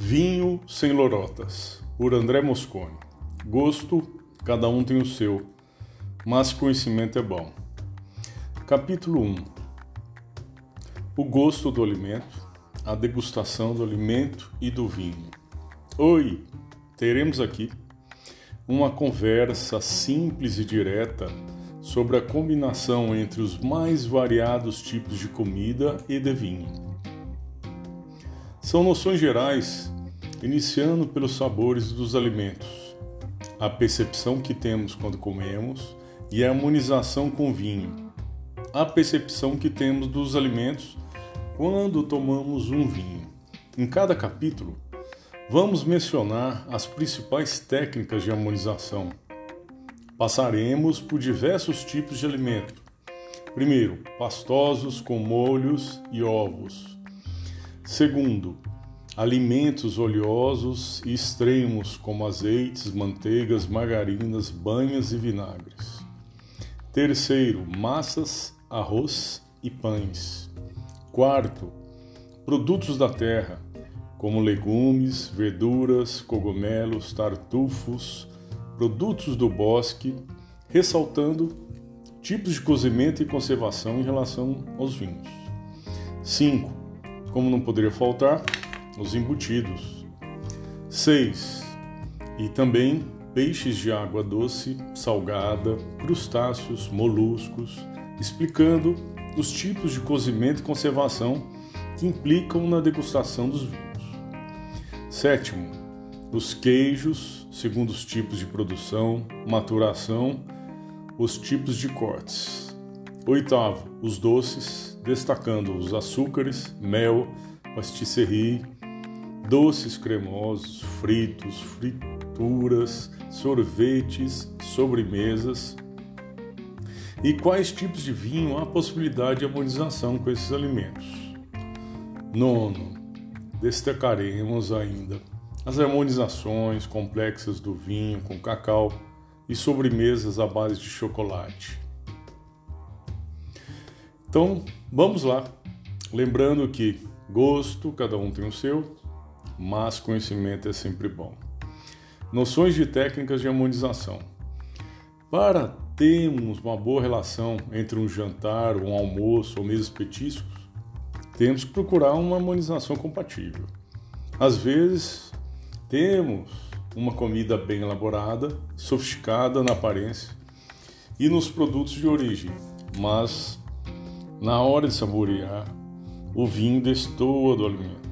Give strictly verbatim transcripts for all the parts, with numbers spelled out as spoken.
Vinho sem lorotas, por André Mosconi. Gosto, cada um tem o seu, mas conhecimento é bom. Capítulo um. O gosto do alimento, a degustação do alimento e do vinho. Oi, teremos aqui uma conversa simples e direta sobre a combinação entre os mais variados tipos de comida e de vinho. São noções gerais, iniciando pelos sabores dos alimentos, a percepção que temos quando comemos e a harmonização com o vinho, a percepção que temos dos alimentos quando tomamos um vinho. Em cada capítulo, vamos mencionar as principais técnicas de harmonização. Passaremos por diversos tipos de alimento. Primeiro, pastosos com molhos e ovos. Segundo, alimentos oleosos e extremos como azeites, manteigas, margarinas, banhas e vinagres. Terceiro, massas, arroz e pães. Quarto, produtos da terra, como legumes, verduras, cogumelos, tartufos, produtos do bosque, ressaltando tipos de cozimento e conservação em relação aos vinhos. Cinco, como não poderia faltar, os embutidos. Seis, e também peixes de água doce, salgada, crustáceos, moluscos, explicando os tipos de cozimento e conservação que implicam na degustação dos vinhos. Sétimo, os queijos, segundo os tipos de produção, maturação, os tipos de cortes. Oitavo, os doces, destacando os açúcares, mel, pastisserie, doces cremosos, fritos, frituras, sorvetes, sobremesas. E quais tipos de vinho há possibilidade de harmonização com esses alimentos. Nono, destacaremos ainda as harmonizações complexas do vinho com cacau e sobremesas à base de chocolate. Então, vamos lá. Lembrando que gosto, cada um tem o seu, mas conhecimento é sempre bom. Noções de técnicas de harmonização. Para termos uma boa relação entre um jantar, um almoço ou mesmo petiscos, temos que procurar uma harmonização compatível. Às vezes, temos uma comida bem elaborada, sofisticada na aparência e nos produtos de origem, mas na hora de saborear, o vinho destoa do alimento.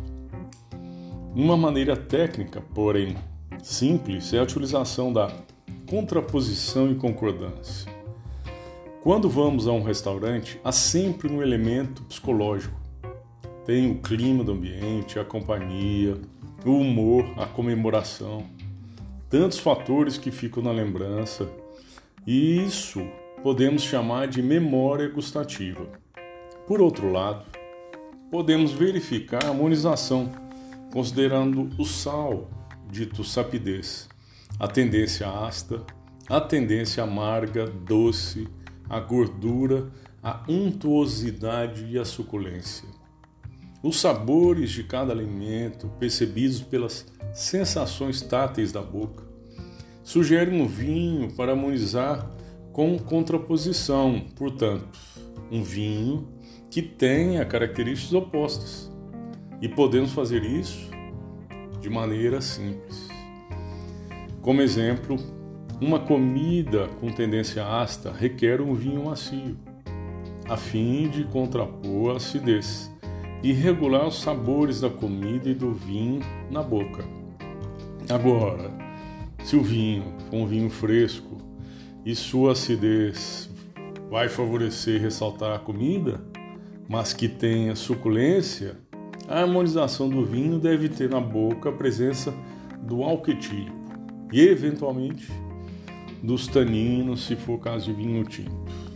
Uma maneira técnica, porém simples, é a utilização da contraposição e concordância. Quando vamos a um restaurante, há sempre um elemento psicológico. Tem o clima do ambiente, a companhia, o humor, a comemoração, tantos fatores que ficam na lembrança, e isso podemos chamar de memória gustativa. Por outro lado, podemos verificar a harmonização, considerando o sal, dito sapidez, a tendência ácida, a tendência amarga, doce, a gordura, a untuosidade e a suculência. Os sabores de cada alimento, percebidos pelas sensações táteis da boca, sugerem um vinho para harmonizar com contraposição, portanto, um vinho que tenha características opostas. E podemos fazer isso de maneira simples. Como exemplo, uma comida com tendência ácida requer um vinho macio, a fim de contrapor a acidez e regular os sabores da comida e do vinho na boca. Agora, se o vinho for um vinho fresco e sua acidez vai favorecer e ressaltar a comida, mas que tenha suculência, a harmonização do vinho deve ter na boca a presença do álcool etílico e, eventualmente, dos taninos, se for caso de vinho tinto.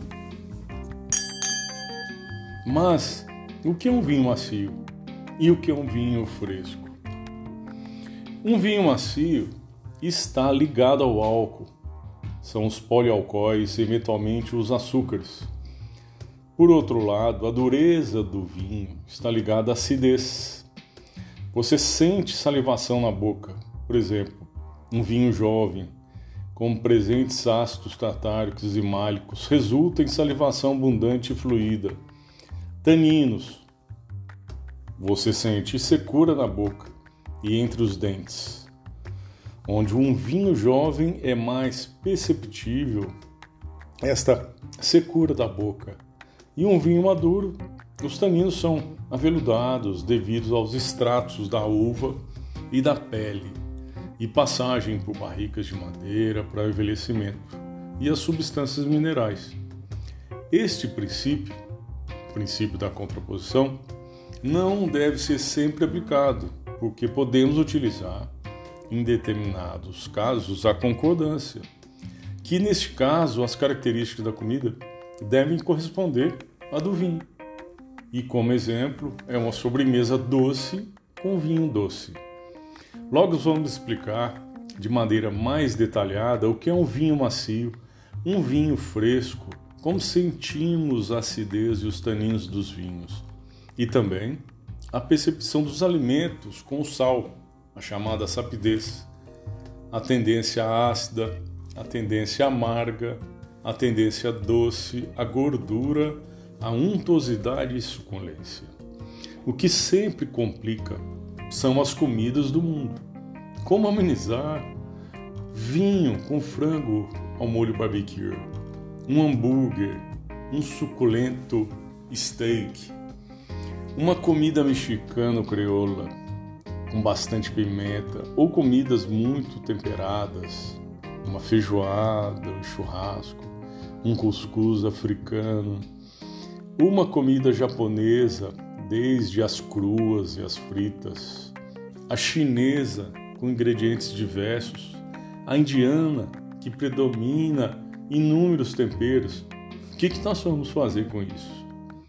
Mas o que é um vinho macio e o que é um vinho fresco? Um vinho macio está ligado ao álcool, são os polialcoóis e eventualmente os açúcares. Por outro lado, a dureza do vinho está ligada à acidez. Você sente salivação na boca, por exemplo, um vinho jovem, com presentes ácidos tartáricos e málicos, resulta em salivação abundante e fluida. Taninos. Você sente secura na boca e entre os dentes, onde um vinho jovem é mais perceptível esta secura da boca. E um vinho maduro, os taninos são aveludados devido aos extratos da uva e da pele e passagem por barricas de madeira para envelhecimento e as substâncias minerais. Este princípio, o princípio da contraposição, não deve ser sempre aplicado, porque podemos utilizar, em determinados casos, a concordância, que neste caso as características da comida devem corresponder à do vinho. E como exemplo, é uma sobremesa doce com vinho doce. Logo vamos explicar de maneira mais detalhada o que é um vinho macio, um vinho fresco, como sentimos a acidez e os taninos dos vinhos. E também a percepção dos alimentos com o sal, a chamada sapidez, a tendência ácida, a tendência amarga, a tendência doce, a gordura, a untuosidade e suculência. O que sempre complica são as comidas do mundo. Como amenizar vinho com frango ao molho barbecue, um hambúrguer, um suculento steak, uma comida mexicana crioula com bastante pimenta ou comidas muito temperadas, uma feijoada, um churrasco, um cuscuz africano, uma comida japonesa, desde as cruas e as fritas, a chinesa com ingredientes diversos, a indiana que predomina inúmeros temperos. O que, que nós vamos fazer com isso?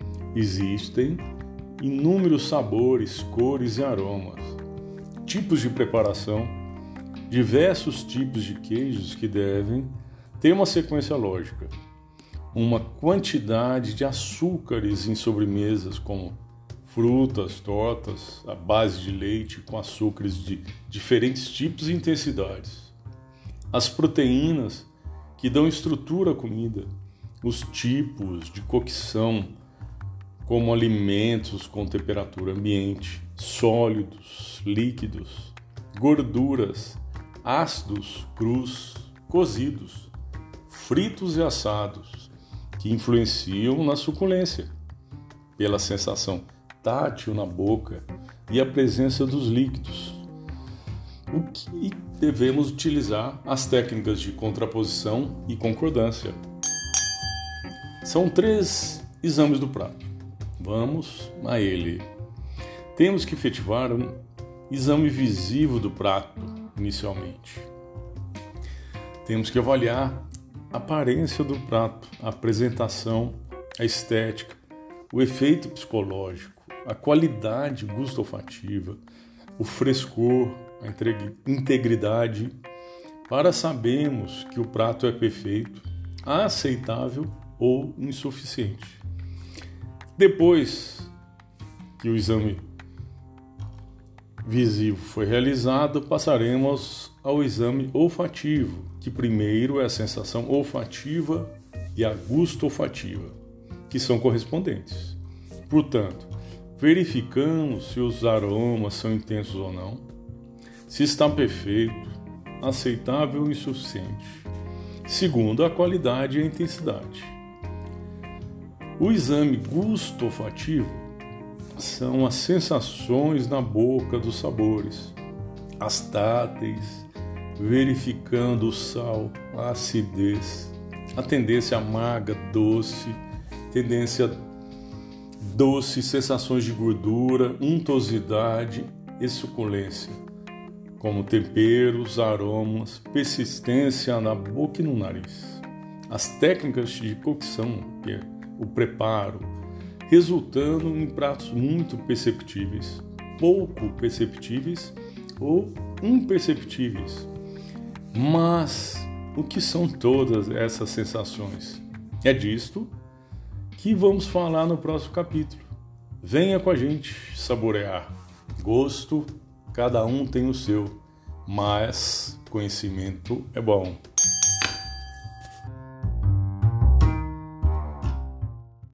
Existem inúmeros sabores, cores e aromas, tipos de preparação, diversos tipos de queijos que devem ter uma sequência lógica, uma quantidade de açúcares em sobremesas como frutas, tortas, à base de leite com açúcares de diferentes tipos e intensidades, as proteínas que dão estrutura à comida, os tipos de cocção, como alimentos com temperatura ambiente, sólidos, líquidos, gorduras, ácidos, crus, cozidos, fritos e assados, que influenciam na suculência, pela sensação tátil na boca e a presença dos líquidos. O que devemos utilizar as técnicas de contraposição e concordância. São três exames do prato. Vamos a ele. Temos que efetivar um exame visível do prato, inicialmente. Temos que avaliar a aparência do prato, a apresentação, a estética, o efeito psicológico, a qualidade gusto-olfativa, o frescor, a integridade, para sabermos que o prato é perfeito, aceitável ou insuficiente. Depois que o exame visível foi realizado, passaremos ao exame olfativo, que primeiro é a sensação olfativa e a gusto-olfativa, que são correspondentes. Portanto, verificamos se os aromas são intensos ou não, se está perfeito, aceitável ou insuficiente. Segundo, a qualidade e a intensidade. O exame gusto-olfativo são as sensações na boca dos sabores, as táteis, verificando o sal, a acidez, a tendência amarga, doce, tendência doce, sensações de gordura, untuosidade e suculência, como temperos, aromas, persistência na boca e no nariz. As técnicas de cocção, que é o preparo, resultando em pratos muito perceptíveis, pouco perceptíveis ou imperceptíveis. Mas o que são todas essas sensações? É disto que vamos falar no próximo capítulo. Venha com a gente saborear. Gosto, cada um tem o seu, mas conhecimento é bom.